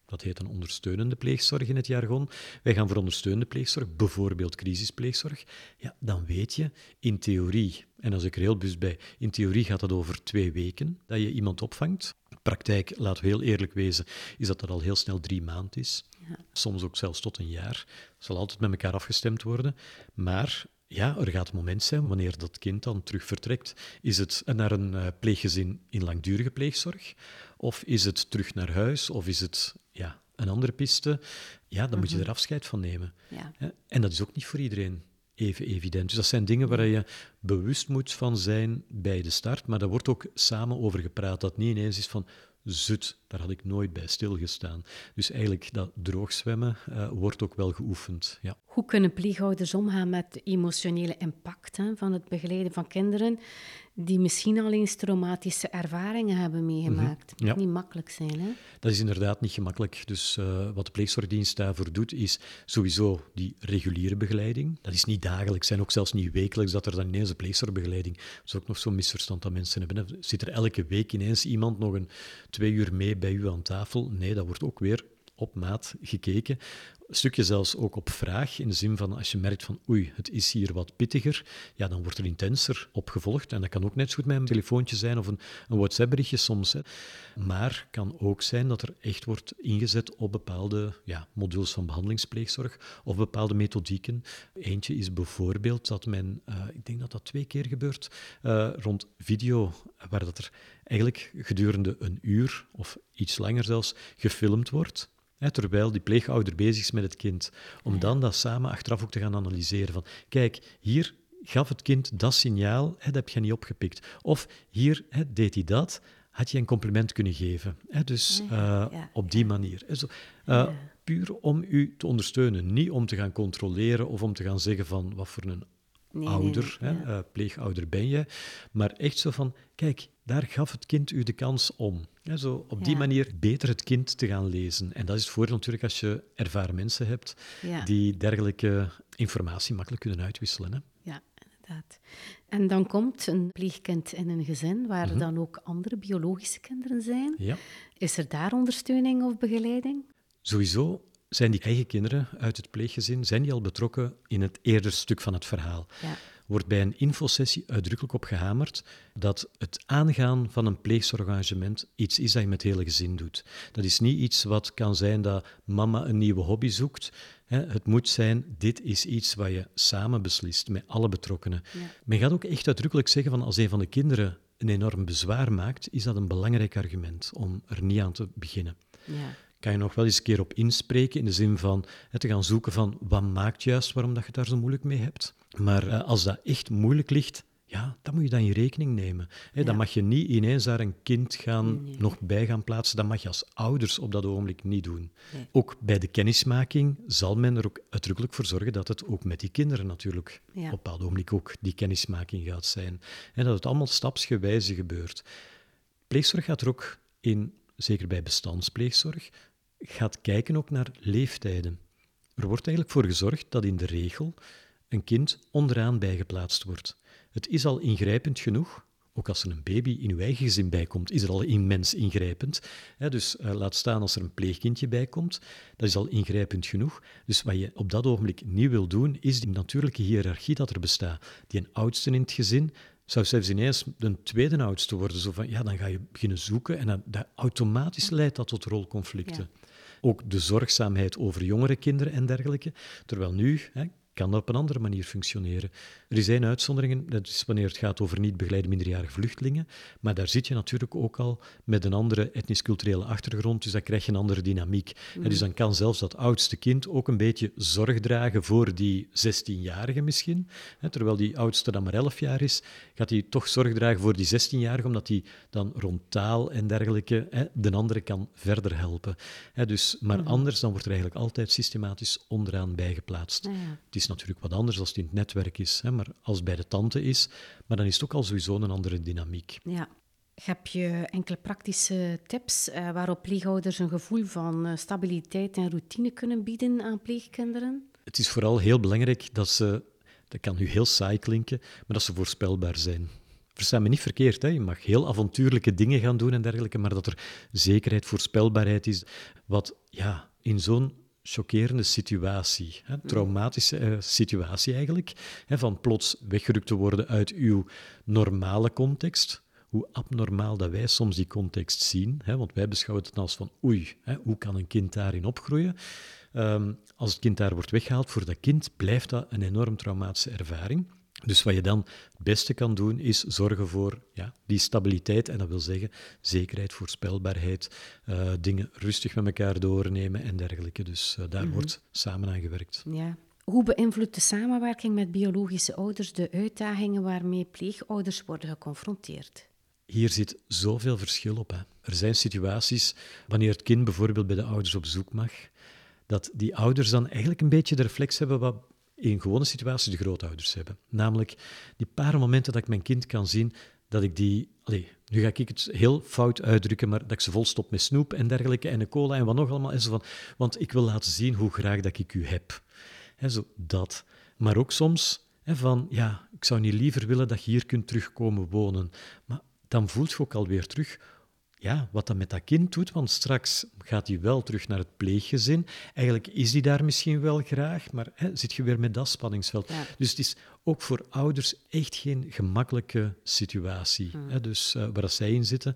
Dat heet een ondersteunende pleegzorg in het jargon. Wij gaan voor ondersteunende pleegzorg, bijvoorbeeld crisispleegzorg. Ja, dan weet je, in theorie, en als ik er heel bewust bij, in theorie gaat het over twee weken dat je iemand opvangt. In de praktijk, laten we heel eerlijk wezen, is dat dat al heel snel drie maanden is. Ja. Soms ook zelfs tot een jaar. Het zal altijd met elkaar afgestemd worden. Maar ja, er gaat een moment zijn wanneer dat kind dan terug vertrekt. Is het naar een uh, pleeggezin in langdurige pleegzorg? Of is het terug naar huis? Of is het ja, een andere piste? Ja, dan mm-hmm. moet je er afscheid van nemen. Ja. En dat is ook niet voor iedereen even evident. Dus dat zijn dingen waar je bewust moet van zijn bij de start. Maar daar wordt ook samen over gepraat. Dat niet ineens is van... Zut, daar had ik nooit bij stilgestaan. Dus eigenlijk dat droogzwemmen uh, wordt ook wel geoefend. Ja. Hoe kunnen pleegouders omgaan met de emotionele impact hè, van het begeleiden van kinderen die misschien al eens traumatische ervaringen hebben meegemaakt? Het moet ja. niet makkelijk zijn, hè? Dat is inderdaad niet gemakkelijk. Dus uh, wat de pleegzorgdienst daarvoor doet, is sowieso die reguliere begeleiding. Dat is niet dagelijks en ook zelfs niet wekelijks dat er dan ineens een pleegzorgbegeleiding... Dat is ook nog zo'n misverstand dat mensen hebben. Hè. Zit er elke week ineens iemand nog een twee uur mee bij u aan tafel? Nee, dat wordt ook weer op maat gekeken. Een stukje zelfs ook op vraag, in de zin van als je merkt van oei, het is hier wat pittiger, ja, dan wordt er intenser opgevolgd. En dat kan ook net zo goed met een telefoontje zijn of een, een WhatsApp-berichtje soms. Hè. Maar kan ook zijn dat er echt wordt ingezet op bepaalde ja, modules van behandelingspleegzorg of bepaalde methodieken. Eentje is bijvoorbeeld dat men, uh, ik denk dat dat twee keer gebeurt, uh, rond video, waar dat er eigenlijk gedurende een uur of iets langer zelfs gefilmd wordt. Hè, terwijl die pleegouder bezig is met het kind. Om dan dat samen achteraf ook te gaan analyseren. Van, kijk, hier gaf het kind dat signaal, hè, dat heb je niet opgepikt. Of hier hè, deed hij dat, had je een compliment kunnen geven. Hè, dus uh, ja, op die ja. manier. Hè, zo, uh, ja. Puur om u te ondersteunen. Niet om te gaan controleren of om te gaan zeggen van wat voor een nee, ouder, nee, nee, hè, ja. uh, pleegouder ben je. Maar echt zo van, kijk, daar gaf het kind u de kans om. Ja, zo op die ja. manier beter het kind te gaan lezen. En dat is het voordeel natuurlijk als je ervaren mensen hebt ja. die dergelijke informatie makkelijk kunnen uitwisselen. Hè? Ja, inderdaad. En dan komt een pleegkind in een gezin waar mm-hmm. dan ook andere biologische kinderen zijn. Ja. Is er daar ondersteuning of begeleiding? Sowieso zijn die eigen kinderen uit het pleeggezin zijn die al betrokken in het eerder stuk van het verhaal. Ja. Wordt bij een infosessie uitdrukkelijk op gehamerd dat het aangaan van een pleegzorgengagement iets is dat je met het hele gezin doet. Dat is niet iets wat kan zijn dat mama een nieuwe hobby zoekt. Het moet zijn, dit is iets wat je samen beslist met alle betrokkenen. Ja. Men gaat ook echt uitdrukkelijk zeggen van als een van de kinderen een enorm bezwaar maakt, is dat een belangrijk argument om er niet aan te beginnen. Ja. Kan je nog wel eens een keer op inspreken in de zin van hè, te gaan zoeken van wat maakt juist waarom dat je daar zo moeilijk mee hebt. Maar uh, als dat echt moeilijk ligt, ja, dan moet je dat in rekening nemen. Hè, ja. Dan mag je niet ineens daar een kind gaan, nee, nee. nog bij gaan plaatsen. Dat mag je als ouders op dat ogenblik niet doen. Nee. Ook bij de kennismaking zal men er ook uitdrukkelijk voor zorgen dat het ook met die kinderen natuurlijk ja. op een bepaald ogenblik ook die kennismaking gaat zijn. En dat het allemaal stapsgewijze gebeurt. Pleegzorg gaat er ook in, zeker bij bestandspleegzorg, gaat kijken ook naar leeftijden. Er wordt eigenlijk voor gezorgd dat in de regel een kind onderaan bijgeplaatst wordt. Het is al ingrijpend genoeg, ook als er een baby in uw eigen gezin bijkomt, is er al immens ingrijpend. He, dus uh, laat staan als er een pleegkindje bijkomt, dat is al ingrijpend genoeg. Dus wat je op dat ogenblik niet wil doen, is die natuurlijke hiërarchie dat er bestaat. Die een oudste in het gezin zou zelfs ineens de tweede oudste worden. Zo van, ja, dan ga je beginnen zoeken en dat, dat automatisch leidt dat tot rolconflicten. Ja. Ook de zorgzaamheid over jongere kinderen en dergelijke. Terwijl nu hè, kan dat op een andere manier functioneren. Er zijn uitzonderingen, dat is wanneer het gaat over niet begeleide minderjarige vluchtelingen, maar daar zit je natuurlijk ook al met een andere etnisch-culturele achtergrond, dus dan krijg je een andere dynamiek. Mm. En dus dan kan zelfs dat oudste kind ook een beetje zorg dragen voor die zestienjarige misschien, hè, terwijl die oudste dan maar elf jaar is, gaat hij toch zorg dragen voor die zestienjarige, omdat hij dan rond taal en dergelijke hè, de andere kan verder helpen. Hè, dus, maar mm. anders dan wordt er eigenlijk altijd systematisch onderaan bijgeplaatst. Ja, ja. Het is natuurlijk wat anders als het in het netwerk is, hè, maar als het bij de tante is, maar dan is het ook al sowieso een andere dynamiek. Ja. Heb je enkele praktische tips uh, waarop pleegouders een gevoel van uh, stabiliteit en routine kunnen bieden aan pleegkinderen? Het is vooral heel belangrijk dat ze, dat kan nu heel saai klinken, maar dat ze voorspelbaar zijn. versta me niet verkeerd, hè. Je mag heel avontuurlijke dingen gaan doen en dergelijke, maar dat er zekerheid, voorspelbaarheid is, wat ja, in zo'n chockerende situatie, hè, traumatische uh, situatie eigenlijk, hè, van plots weggerukt te worden uit uw normale context, hoe abnormaal dat wij soms die context zien, hè, want wij beschouwen het als van oei, hè, hoe kan een kind daarin opgroeien? Um, als het kind daar wordt weggehaald, voor dat kind blijft dat een enorm traumatische ervaring. Dus wat je dan het beste kan doen, is zorgen voor ja, die stabiliteit. En dat wil zeggen zekerheid, voorspelbaarheid, uh, dingen rustig met elkaar doornemen en dergelijke. Dus uh, daar mm-hmm. wordt samen aan gewerkt. Ja. Hoe beïnvloedt de samenwerking met biologische ouders de uitdagingen waarmee pleegouders worden geconfronteerd? Hier zit zoveel verschil op. Hè. Er zijn situaties, wanneer het kind bijvoorbeeld bij de ouders op bezoek mag, dat die ouders dan eigenlijk een beetje de reflex hebben wat in gewone situaties de grootouders hebben. Namelijk die paar momenten dat ik mijn kind kan zien, dat ik die... Allez, nu ga ik het heel fout uitdrukken, maar dat ik ze vol stop met snoep en dergelijke en een cola en wat nog allemaal. En zo van, want ik wil laten zien hoe graag dat ik u heb. He, zo dat. Maar ook soms he, van, ja, ik zou niet liever willen dat je hier kunt terugkomen wonen. Maar dan voelt je ook alweer terug... Ja, wat dat met dat kind doet, want straks gaat hij wel terug naar het pleeggezin. Eigenlijk is hij daar misschien wel graag, maar hè, zit je weer met dat spanningsveld. Ja. Dus het is ook voor ouders echt geen gemakkelijke situatie, hmm. hè, dus, uh, waar zij in zitten.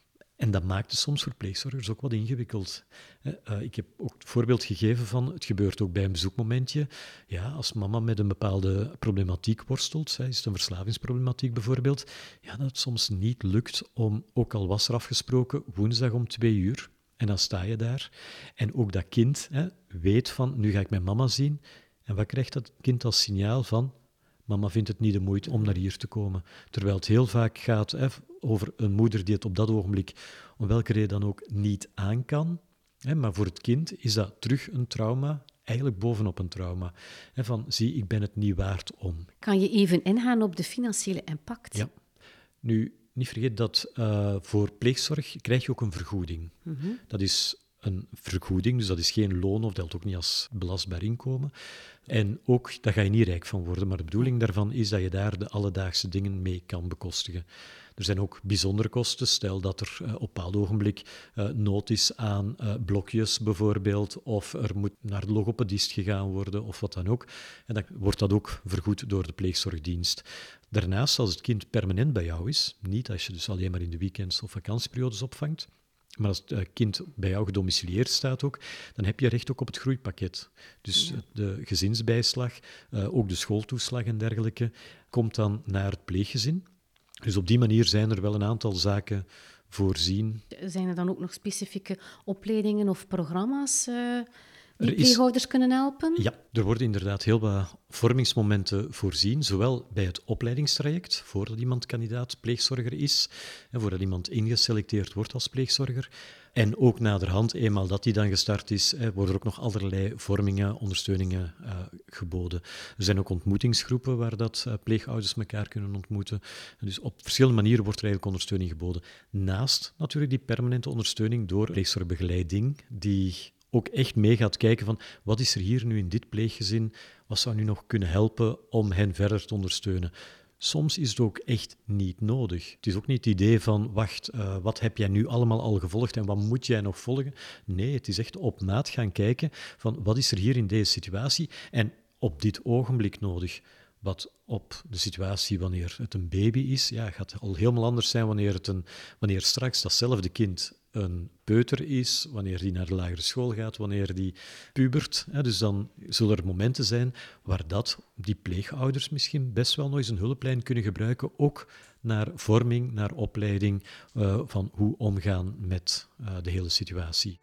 En dat maakt het soms voor pleegzorgers ook wat ingewikkeld. Uh, ik heb ook het voorbeeld gegeven van, het gebeurt ook bij een bezoekmomentje. Ja, als mama met een bepaalde problematiek worstelt, hè, is het een verslavingsproblematiek bijvoorbeeld, ja, dat het soms niet lukt om, ook al was er afgesproken, woensdag om twee uur, en dan sta je daar. En ook dat kind hè, weet van, nu ga ik mijn mama zien. En wat krijgt dat kind als signaal van... Mama vindt het niet de moeite om naar hier te komen. Terwijl het heel vaak gaat hè, over een moeder die het op dat ogenblik, om welke reden dan ook, niet aan kan. Hè, maar voor het kind is dat terug een trauma, eigenlijk bovenop een trauma. Hè, van, zie, ik ben het niet waard om. Kan je even ingaan op de financiële impact? Ja. Nu, niet vergeet dat uh, voor pleegzorg krijg je ook een vergoeding. Mm-hmm. Dat is... een vergoeding, dus dat is geen loon of telt ook niet als belastbaar inkomen. En ook, daar ga je niet rijk van worden, maar de bedoeling daarvan is dat je daar de alledaagse dingen mee kan bekostigen. Er zijn ook bijzondere kosten, stel dat er uh, op een bepaald ogenblik uh, nood is aan uh, blokjes bijvoorbeeld, of er moet naar de logopedist gegaan worden, of wat dan ook. En dan wordt dat ook vergoed door de pleegzorgdienst. Daarnaast, als het kind permanent bij jou is, niet als je dus alleen maar in de weekends of vakantieperiodes opvangt, maar als het kind bij jou gedomicilieerd staat ook, dan heb je recht ook op het groeipakket. Dus ja. de gezinsbijslag, uh, ook de schooltoeslag en dergelijke, komt dan naar het pleeggezin. Dus op die manier zijn er wel een aantal zaken voorzien. Zijn er dan ook nog specifieke opleidingen of programma's uh, die is, pleegouders kunnen helpen? Ja, er worden inderdaad heel wat vormingsmomenten voorzien, zowel bij het opleidingstraject, voordat iemand kandidaat pleegzorger is, en voordat iemand ingeselecteerd wordt als pleegzorger. En ook naderhand, eenmaal dat die dan gestart is, worden er ook nog allerlei vormingen, ondersteuningen uh, geboden. Er zijn ook ontmoetingsgroepen waar dat uh, pleegouders elkaar kunnen ontmoeten. Dus op verschillende manieren wordt er eigenlijk ondersteuning geboden. Naast natuurlijk die permanente ondersteuning door pleegzorgbegeleiding, die ook echt mee gaat kijken van wat is er hier nu in dit pleeggezin, wat zou nu nog kunnen helpen om hen verder te ondersteunen. Soms is het ook echt niet nodig. Het is ook niet het idee van, wacht, uh, wat heb jij nu allemaal al gevolgd en wat moet jij nog volgen? Nee, het is echt op maat gaan kijken van wat is er hier in deze situatie en op dit ogenblik nodig. Wat op de situatie wanneer het een baby is, ja, gaat al helemaal anders zijn wanneer, het een, wanneer straks datzelfde kind een peuter is, wanneer die naar de lagere school gaat, wanneer die pubert. Hè, dus dan zullen er momenten zijn waar dat, die pleegouders misschien best wel nog eens een hulplijn kunnen gebruiken, ook naar vorming, naar opleiding uh, van hoe omgaan met uh, de hele situatie.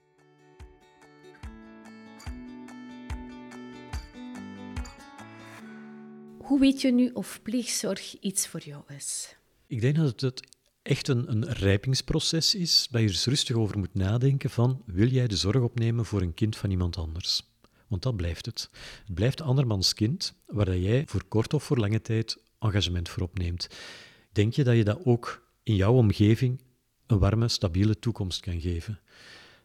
Hoe weet je nu of pleegzorg iets voor jou is? Ik denk dat het echt een, een rijpingsproces is, dat je dus rustig over moet nadenken van, wil jij de zorg opnemen voor een kind van iemand anders? Want dat blijft het. Het blijft andermans kind, waar jij voor kort of voor lange tijd engagement voor opneemt. Denk je dat je dat ook in jouw omgeving een warme, stabiele toekomst kan geven?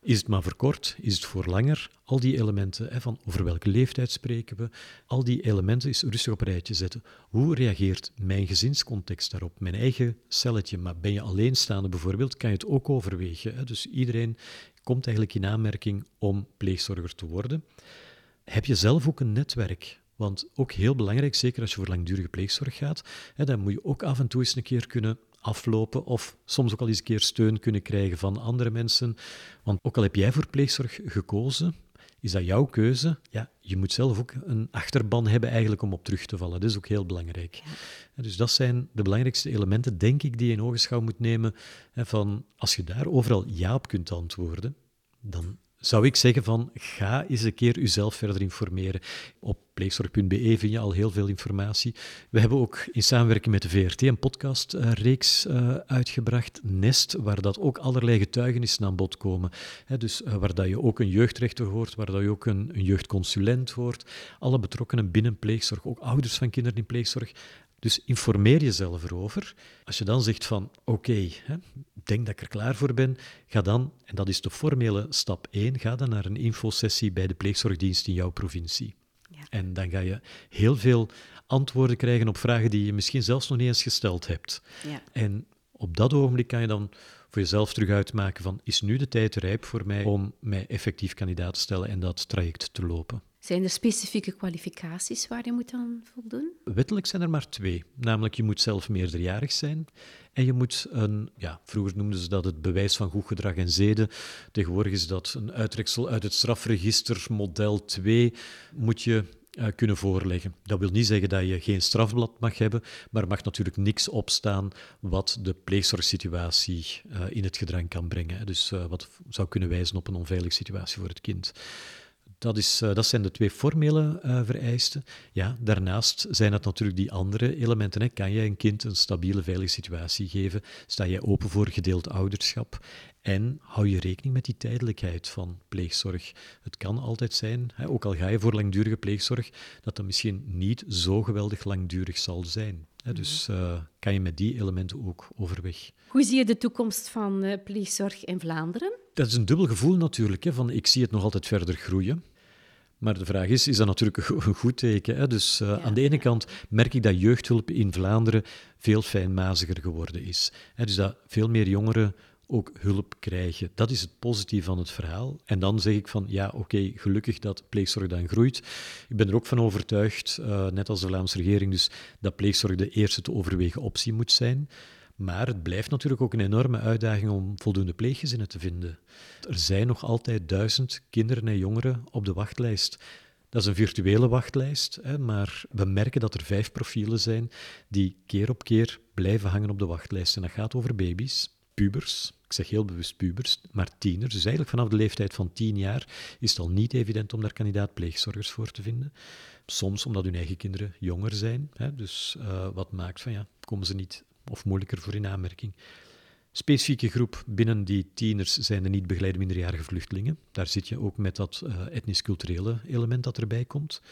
Is het maar voor kort? Is het voor langer? Al die elementen, hè, van over welke leeftijd spreken we, al die elementen is rustig op een rijtje zetten. Hoe reageert mijn gezinscontext daarop? Mijn eigen celletje, maar ben je alleenstaande bijvoorbeeld, kan je het ook overwegen. Hè? Dus iedereen komt eigenlijk in aanmerking om pleegzorger te worden. Heb je zelf ook een netwerk? Want ook heel belangrijk, zeker als je voor langdurige pleegzorg gaat, hè, dan moet je ook af en toe eens een keer kunnen aflopen of soms ook al eens een keer steun kunnen krijgen van andere mensen. Want ook al heb jij voor pleegzorg gekozen, is dat jouw keuze. Ja, je moet zelf ook een achterban hebben eigenlijk om op terug te vallen. Dat is ook heel belangrijk. Ja. Dus dat zijn de belangrijkste elementen, denk ik, die je in ogenschouw moet nemen. Hè, van, als je daar overal ja op kunt antwoorden, dan zou ik zeggen van, ga eens een keer uzelf verder informeren. Op pleegzorg punt be vind je al heel veel informatie. We hebben ook in samenwerking met de V R T een podcastreeks uh, uitgebracht, Nest, waar dat ook allerlei getuigenissen aan bod komen. He, dus uh, waar dat je ook een jeugdrechter hoort, waar dat je ook een, een jeugdconsulent hoort, alle betrokkenen binnen pleegzorg, ook ouders van kinderen in pleegzorg. Dus informeer jezelf erover. Als je dan zegt van, oké, okay, ik denk dat ik er klaar voor ben, ga dan, en dat is de formele stap één, ga dan naar een infosessie bij de pleegzorgdienst in jouw provincie. Ja. En dan ga je heel veel antwoorden krijgen op vragen die je misschien zelfs nog niet eens gesteld hebt. Ja. En op dat ogenblik kan je dan voor jezelf terug uitmaken van, is nu de tijd rijp voor mij om mij effectief kandidaat te stellen en dat traject te lopen. Zijn er specifieke kwalificaties waar je moet aan voldoen? Wettelijk zijn er maar twee. Namelijk, je moet zelf meerderjarig zijn en je moet een, ja, vroeger noemden ze dat het bewijs van goed gedrag en zeden. Tegenwoordig is dat een uittreksel uit het strafregister model twee, moet je uh, kunnen voorleggen. Dat wil niet zeggen dat je geen strafblad mag hebben, maar er mag natuurlijk niks opstaan wat de pleegzorgsituatie uh, in het gedrang kan brengen. Dus uh, wat zou kunnen wijzen op een onveilige situatie voor het kind. Dat, is, uh, dat zijn de twee formele uh, vereisten. Ja, daarnaast zijn het natuurlijk die andere elementen. Hè. Kan jij een kind een stabiele, veilige situatie geven? Sta jij open voor gedeeld ouderschap? En hou je rekening met die tijdelijkheid van pleegzorg. Het kan altijd zijn, hè, ook al ga je voor langdurige pleegzorg, dat dat misschien niet zo geweldig langdurig zal zijn. Hè. Dus uh, kan je met die elementen ook overweg. Hoe zie je de toekomst van uh, pleegzorg in Vlaanderen? Dat is een dubbel gevoel natuurlijk. Hè, van ik zie het nog altijd verder groeien. Maar de vraag is, is dat natuurlijk een goed teken? Hè? Dus uh, ja, aan de ene ja. kant merk ik dat jeugdhulp in Vlaanderen veel fijnmaziger geworden is. Hè? Dus dat veel meer jongeren ook hulp krijgen. Dat is het positieve van het verhaal. En dan zeg ik van, ja, oké, okay, gelukkig dat pleegzorg dan groeit. Ik ben er ook van overtuigd, uh, net als de Vlaamse regering, dus dat pleegzorg de eerste te overwegen optie moet zijn. Maar het blijft natuurlijk ook een enorme uitdaging om voldoende pleeggezinnen te vinden. Er zijn nog altijd duizend kinderen en jongeren op de wachtlijst. Dat is een virtuele wachtlijst, hè, maar we merken dat er vijf profielen zijn die keer op keer blijven hangen op de wachtlijst. En dat gaat over baby's, pubers, ik zeg heel bewust pubers, maar tieners. Dus eigenlijk vanaf de leeftijd van tien jaar is het al niet evident om daar kandidaat pleegzorgers voor te vinden. Soms omdat hun eigen kinderen jonger zijn. Hè, dus uh, wat maakt van ja, komen ze niet of moeilijker voor in aanmerking. Specifieke groep binnen die tieners zijn de niet begeleide minderjarige vluchtelingen. Daar zit je ook met dat uh, etnisch-culturele element dat erbij komt.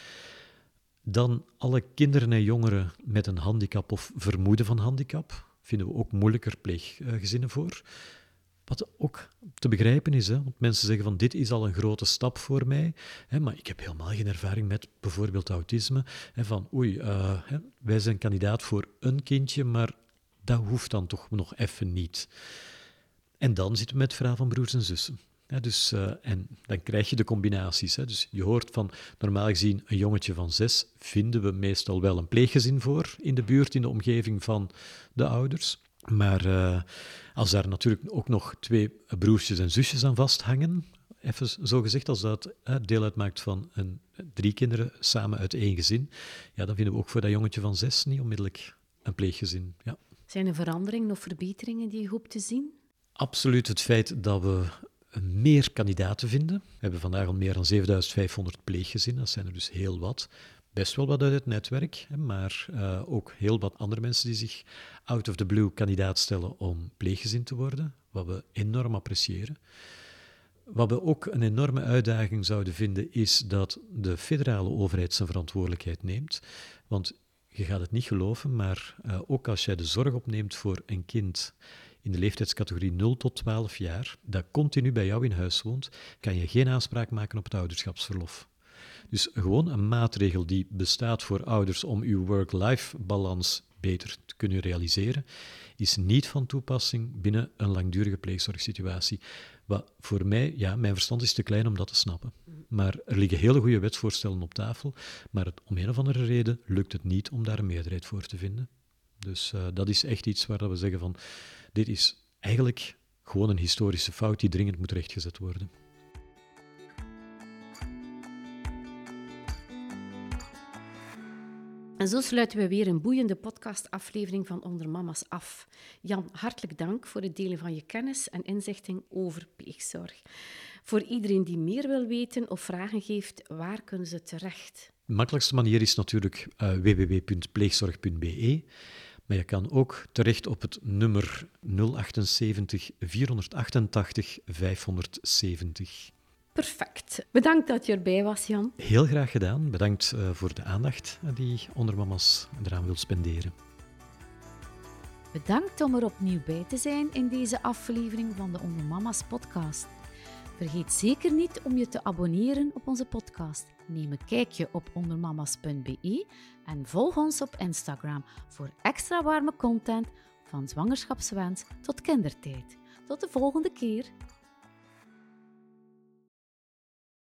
Dan alle kinderen en jongeren met een handicap of vermoeden van handicap. Vinden we ook moeilijker pleeggezinnen voor. Wat ook te begrijpen is, hè? Want mensen zeggen van dit is al een grote stap voor mij, hè, maar ik heb helemaal geen ervaring met bijvoorbeeld autisme. Hè, van oei, uh, hè, wij zijn kandidaat voor een kindje, maar dat hoeft dan toch nog even niet. En dan zitten we met het verhaal van broers en zussen. Ja, dus, uh, en dan krijg je de combinaties. Hè. Dus je hoort van, normaal gezien, een jongetje van zes vinden we meestal wel een pleeggezin voor in de buurt, in de omgeving van de ouders. Maar uh, als daar natuurlijk ook nog twee broertjes en zusjes aan vasthangen, even zo gezegd, als dat uh, deel uitmaakt van een, drie kinderen samen uit één gezin, ja, dan vinden we ook voor dat jongetje van zes niet onmiddellijk een pleeggezin. Ja. Zijn er veranderingen of verbeteringen die je hoopt te zien? Absoluut het feit dat we meer kandidaten vinden. We hebben vandaag al meer dan zevenduizend vijfhonderd pleeggezinnen, dat zijn er dus heel wat. Best wel wat uit het netwerk, maar uh, ook heel wat andere mensen die zich out of the blue kandidaat stellen om pleeggezin te worden, wat we enorm appreciëren. Wat we ook een enorme uitdaging zouden vinden, is dat de federale overheid zijn verantwoordelijkheid neemt. Want je gaat het niet geloven, maar uh, ook als jij de zorg opneemt voor een kind in de leeftijdscategorie nul tot twaalf jaar, dat continu bij jou in huis woont, kan je geen aanspraak maken op het ouderschapsverlof. Dus gewoon een maatregel die bestaat voor ouders om uw work-life balans beter te kunnen realiseren, is niet van toepassing binnen een langdurige pleegzorgsituatie. Wat voor mij, ja, mijn verstand is te klein om dat te snappen. Maar er liggen hele goede wetsvoorstellen op tafel, maar het, om een of andere reden lukt het niet om daar een meerderheid voor te vinden. Dus uh, dat is echt iets waar we zeggen van, dit is eigenlijk gewoon een historische fout die dringend moet rechtgezet worden. En zo sluiten we weer een boeiende podcastaflevering van Onder Mama's af. Jan, hartelijk dank voor het delen van je kennis en inzichten over pleegzorg. Voor iedereen die meer wil weten of vragen heeft, waar kunnen ze terecht? De makkelijkste manier is natuurlijk uh, w w w punt pleegzorg punt b e. Maar je kan ook terecht op het nummer nul zeven acht vier acht acht vijfhonderdzeventig. Perfect. Bedankt dat je erbij was, Jan. Heel graag gedaan. Bedankt uh, voor de aandacht die Onder Mama's eraan wil spenderen. Bedankt om er opnieuw bij te zijn in deze aflevering van de Onder Mama's podcast. Vergeet zeker niet om je te abonneren op onze podcast. Neem een kijkje op ondermamas punt b e en volg ons op Instagram voor extra warme content van zwangerschapswens tot kindertijd. Tot de volgende keer.